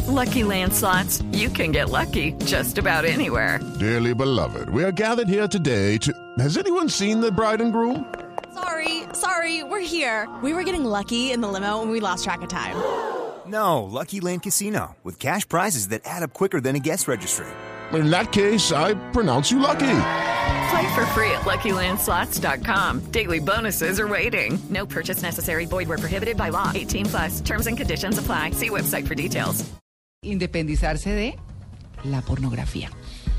Lucky Land Slots, you can get lucky just about anywhere. Dearly beloved, we are gathered here today to... Has anyone seen the bride and groom? Sorry, we're here. We were getting lucky in the limo and we lost track of time. No, Lucky Land Casino, with cash prizes that add up quicker than a guest registry. In that case, I pronounce you lucky. Play for free at LuckyLandSlots.com. Daily bonuses are waiting. No purchase necessary. Void where prohibited by law. 18+. Terms and conditions apply. See website for details. Independizarse de la pornografía.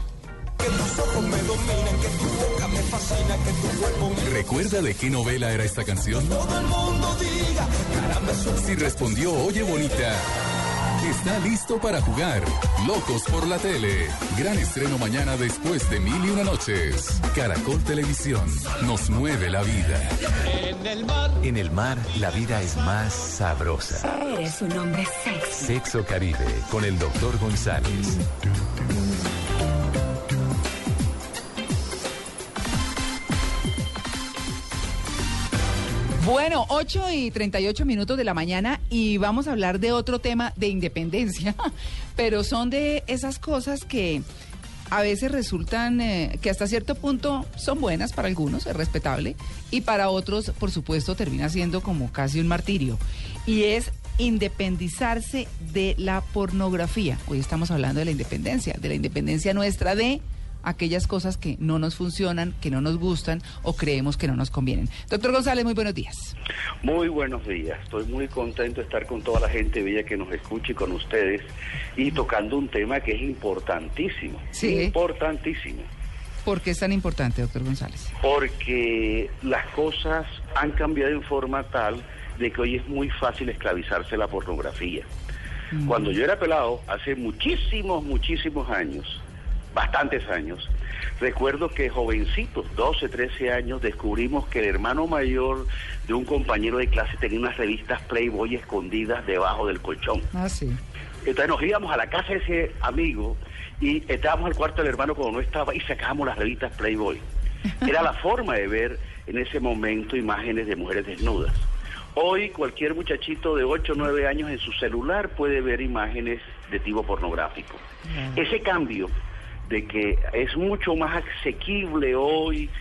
¿Recuerda de qué novela era esta canción? Si respondió Oye Bonita, está listo para jugar Locos por la Tele. Gran estreno mañana después de 1001 noches. Caracol Televisión nos mueve la vida. En el mar, la vida es más sabrosa. Eres un hombre sexy. Sexo Caribe, con el Dr. González. Bueno, 8:38 de la mañana y vamos a hablar de otro tema de independencia, pero son de esas cosas que a veces resultan que hasta cierto punto son buenas para algunos, es respetable, y para otros, por supuesto, termina siendo como casi un martirio, y es independizarse de la pornografía. Hoy estamos hablando de la independencia nuestra de aquellas cosas que no nos funcionan, que no nos gustan o creemos que no nos convienen. Doctor González, muy buenos días. Muy buenos días. Estoy muy contento de estar con toda la gente bella que nos escuche y con ustedes y tocando un tema que es importantísimo. Sí. Importantísimo. ¿Por qué es tan importante, doctor González? Porque las cosas han cambiado en forma tal de que hoy es muy fácil esclavizarse la pornografía. Cuando yo era pelado, hace muchísimos años, bastantes años, recuerdo que jovencitos, 12, 13 años, descubrimos que el hermano mayor de un compañero de clase tenía unas revistas Playboy escondidas debajo del colchón. Ah, sí. Entonces nos íbamos a la casa de ese amigo y entrábamos al cuarto del hermano cuando no estaba y sacábamos las revistas Playboy. Era la forma de ver en ese momento imágenes de mujeres desnudas. Hoy cualquier muchachito de 8 o 9 años en su celular puede ver imágenes de tipo pornográfico. Ese cambio de que es mucho más asequible hoy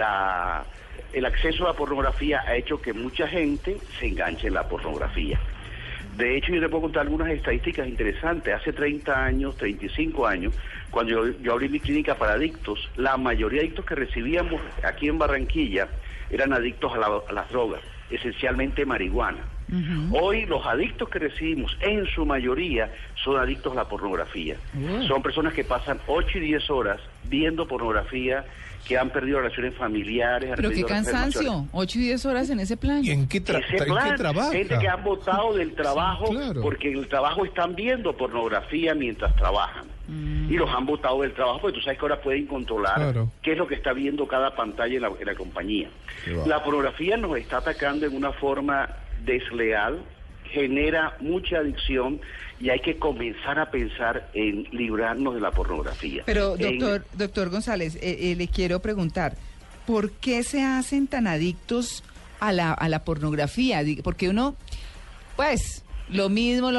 el acceso a la pornografía ha hecho que mucha gente se enganche en la pornografía. De hecho, yo le puedo contar algunas estadísticas interesantes. Hace 30 años, 35 años, cuando yo abrí mi clínica para adictos, la mayoría de adictos que recibíamos aquí en Barranquilla eran adictos a las drogas, esencialmente marihuana. Hoy los adictos que recibimos en su mayoría son adictos a la pornografía. Son personas que pasan 8 y 10 horas viendo pornografía, que han perdido relaciones familiares. Pero qué cansancio, 8 y 10 horas en ese plan. ¿Y en qué trabaja? Gente que han botado del trabajo, sí, claro, porque en el trabajo están viendo pornografía mientras trabajan. Y los han botado del trabajo, porque tú sabes que ahora pueden controlar qué es lo que está viendo cada pantalla en la compañía. La pornografía nos está atacando en una forma desleal, genera mucha adicción y hay que comenzar a pensar en librarnos de la pornografía. Pero doctor González, le quiero preguntar, ¿por qué se hacen tan adictos a la pornografía? Porque uno, pues, lo mismo,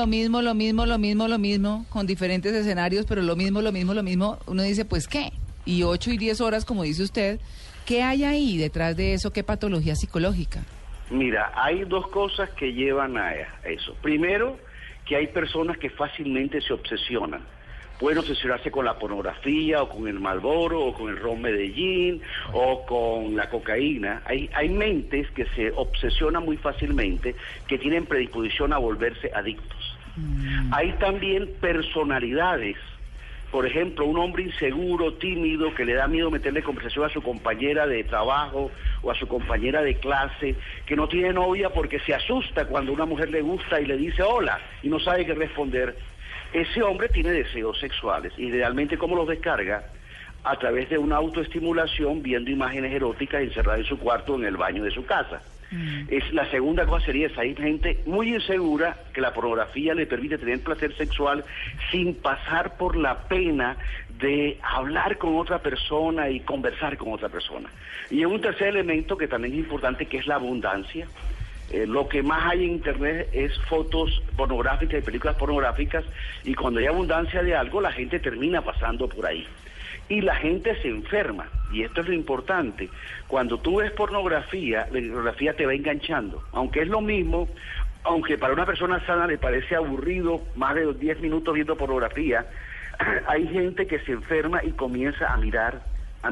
con diferentes escenarios, pero lo mismo, uno dice, pues, ¿qué? Y 8 y 10 horas, como dice usted, ¿qué hay ahí detrás de eso? ¿Qué patología psicológica? Mira, hay dos cosas que llevan a eso. Primero, que hay personas que fácilmente se obsesionan. Pueden obsesionarse con la pornografía, o con el Marlboro, o con el ron Medellín, o con la cocaína. Hay mentes que se obsesionan muy fácilmente, que tienen predisposición a volverse adictos. Hay también personalidades. Por ejemplo, un hombre inseguro, tímido, que le da miedo meterle conversación a su compañera de trabajo o a su compañera de clase, que no tiene novia porque se asusta cuando una mujer le gusta y le dice hola y no sabe qué responder. Ese hombre tiene deseos sexuales y realmente ¿cómo los descarga? A través de una autoestimulación viendo imágenes eróticas encerradas en su cuarto o en el baño de su casa. La segunda cosa sería esa, hay gente muy insegura que la pornografía le permite tener placer sexual sin pasar por la pena de hablar con otra persona y conversar con otra persona. Y un tercer elemento que también es importante, que es la abundancia. Lo que más hay en internet es fotos pornográficas y películas pornográficas, y cuando hay abundancia de algo, la gente termina pasando por ahí. Y la gente se enferma, y esto es lo importante. Cuando tú ves pornografía, la pornografía te va enganchando, aunque es lo mismo, aunque para una persona sana le parece aburrido más de 10 minutos viendo pornografía, hay gente que se enferma y comienza a mirar,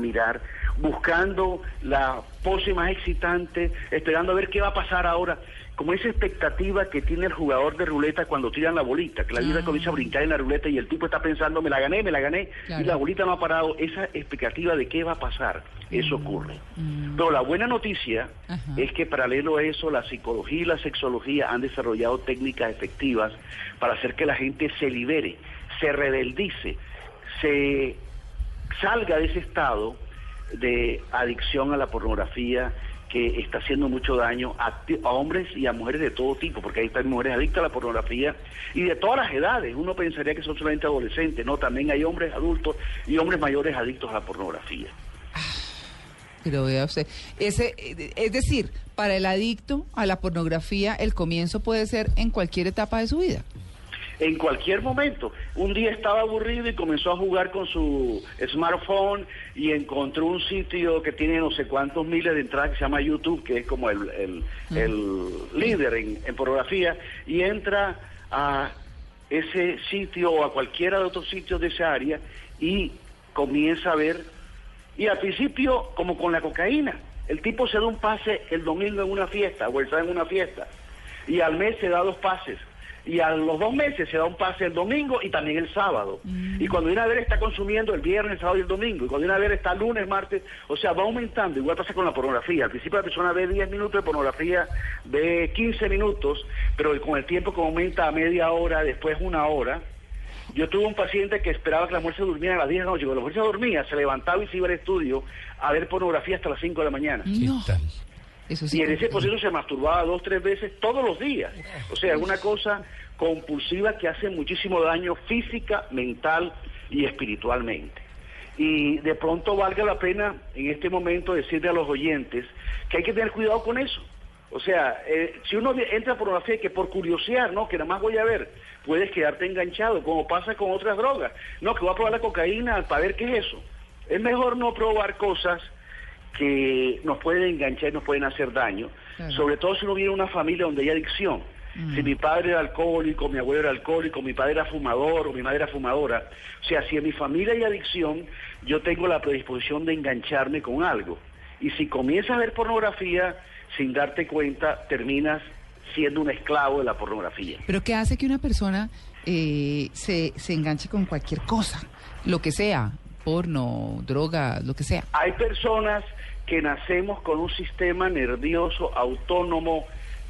buscando la pose más excitante, esperando a ver qué va a pasar ahora, como esa expectativa que tiene el jugador de ruleta cuando tiran la bolita, que la vida comienza a brincar en la ruleta y el tipo está pensando, me la gané, claro, y la bolita no ha parado. Esa expectativa de qué va a pasar, eso ocurre. Pero la buena noticia es que paralelo a eso, la psicología y la sexología han desarrollado técnicas efectivas para hacer que la gente se libere, se rebeldice, se salga de ese estado de adicción a la pornografía que está haciendo mucho daño a hombres y a mujeres de todo tipo, porque ahí están mujeres adictas a la pornografía y de todas las edades. Uno pensaría que son solamente adolescentes, no, también hay hombres adultos y hombres mayores adictos a la pornografía. Pero vea usted, es decir, para el adicto a la pornografía, el comienzo puede ser en cualquier etapa de su vida. En cualquier momento. Un día estaba aburrido y comenzó a jugar con su smartphone y encontró un sitio que tiene no sé cuántos miles de entradas, que se llama YouTube, que es como el líder en pornografía, y entra a ese sitio o a cualquiera de otros sitios de esa área y comienza a ver. Y al principio, como con la cocaína, el tipo se da un pase el domingo en una fiesta o el sábado en una fiesta, y al mes se da 2 pases. Y a los 2 meses se da un pase el domingo y también el sábado. Y cuando viene a ver está consumiendo el viernes, el sábado y el domingo. Y cuando viene a ver está lunes, martes. O sea, va aumentando. Igual pasa con la pornografía. Al principio la persona ve 10 minutos de pornografía, ve 15 minutos, pero con el tiempo que aumenta a media hora, después 1 hora. Yo tuve un paciente que esperaba que la mujer se durmiera a las 10 de la noche. Cuando la mujer se dormía, se levantaba y se iba al estudio a ver pornografía hasta las 5 de la mañana. No. Eso sí, y en ese proceso se masturbaba 2, 3 veces todos los días. O sea, es una cosa compulsiva que hace muchísimo daño física, mental y espiritualmente. Y de pronto valga la pena en este momento decirle a los oyentes que hay que tener cuidado con eso. O sea, si uno entra a pornografía que por curiosidad, ¿no? Que nada más voy a ver, puedes quedarte enganchado, como pasa con otras drogas. No, que voy a probar la cocaína para ver qué es eso. Es mejor no probar cosas que nos pueden enganchar y nos pueden hacer daño, sobre todo si uno viene de una familia donde hay adicción. Si mi padre era alcohólico, mi abuelo era alcohólico, mi padre era fumador o mi madre era fumadora, o sea, si en mi familia hay adicción, yo tengo la predisposición de engancharme con algo. Y si comienzas a ver pornografía, sin darte cuenta, terminas siendo un esclavo de la pornografía. ¿Pero qué hace que una persona se enganche con cualquier cosa, lo que sea, porno, droga, lo que sea? Hay personas que nacemos con un sistema nervioso autónomo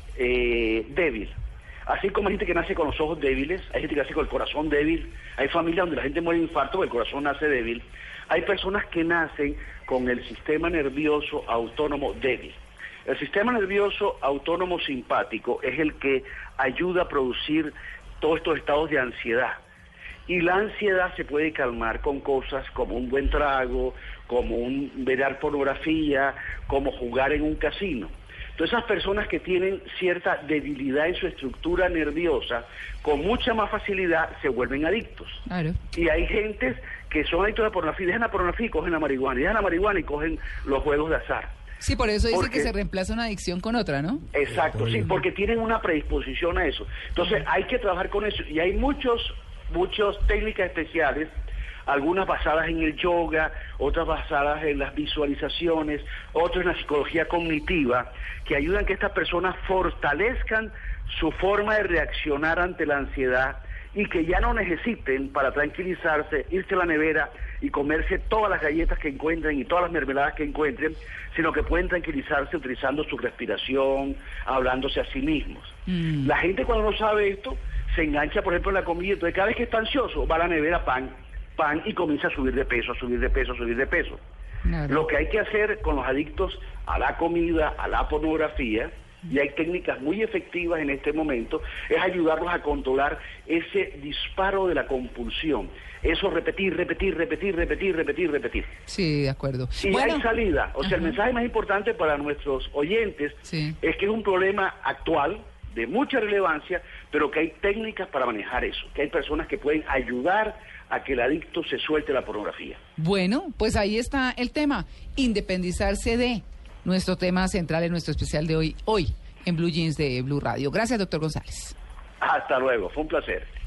débil. Así como hay gente que nace con los ojos débiles, hay gente que nace con el corazón débil, hay familias donde la gente muere de infarto porque el corazón nace débil. Hay personas que nacen con el sistema nervioso autónomo débil. El sistema nervioso autónomo simpático es el que ayuda a producir todos estos estados de ansiedad. Y la ansiedad se puede calmar con cosas como un buen trago, como ver pornografía, como jugar en un casino. Entonces esas personas que tienen cierta debilidad en su estructura nerviosa, con mucha más facilidad se vuelven adictos. Claro. Y hay gentes que son adictos a la pornografía, dejan la pornografía y cogen la marihuana, y dejan la marihuana y cogen los juegos de azar. Sí, por eso dice que se reemplaza una adicción con otra, ¿no? Exacto, sí, porque tienen una predisposición a eso. Entonces hay que trabajar con eso, y hay muchas técnicas especiales, algunas basadas en el yoga, otras basadas en las visualizaciones, otras en la psicología cognitiva, que ayudan a que estas personas fortalezcan su forma de reaccionar ante la ansiedad y que ya no necesiten, para tranquilizarse, irse a la nevera y comerse todas las galletas que encuentren y todas las mermeladas que encuentren, sino que pueden tranquilizarse utilizando su respiración, hablándose a sí mismos. La gente, cuando no sabe esto, se engancha, por ejemplo, en la comida. Entonces cada vez que está ansioso va a la nevera pan, y comienza a subir de peso. Claro. Lo que hay que hacer con los adictos a la comida, a la pornografía, y hay técnicas muy efectivas en este momento, es ayudarlos a controlar ese disparo de la compulsión. Eso repetir. Sí, de acuerdo. Y hay salida. O sea, el mensaje más importante para nuestros oyentes es que es un problema actual, de mucha relevancia, pero que hay técnicas para manejar eso, que hay personas que pueden ayudar a que el adicto se suelte la pornografía. Bueno, pues ahí está el tema, independizarse de nuestro tema central en nuestro especial de hoy en Blue Jeans de Blue Radio. Gracias, doctor González. Hasta luego, fue un placer.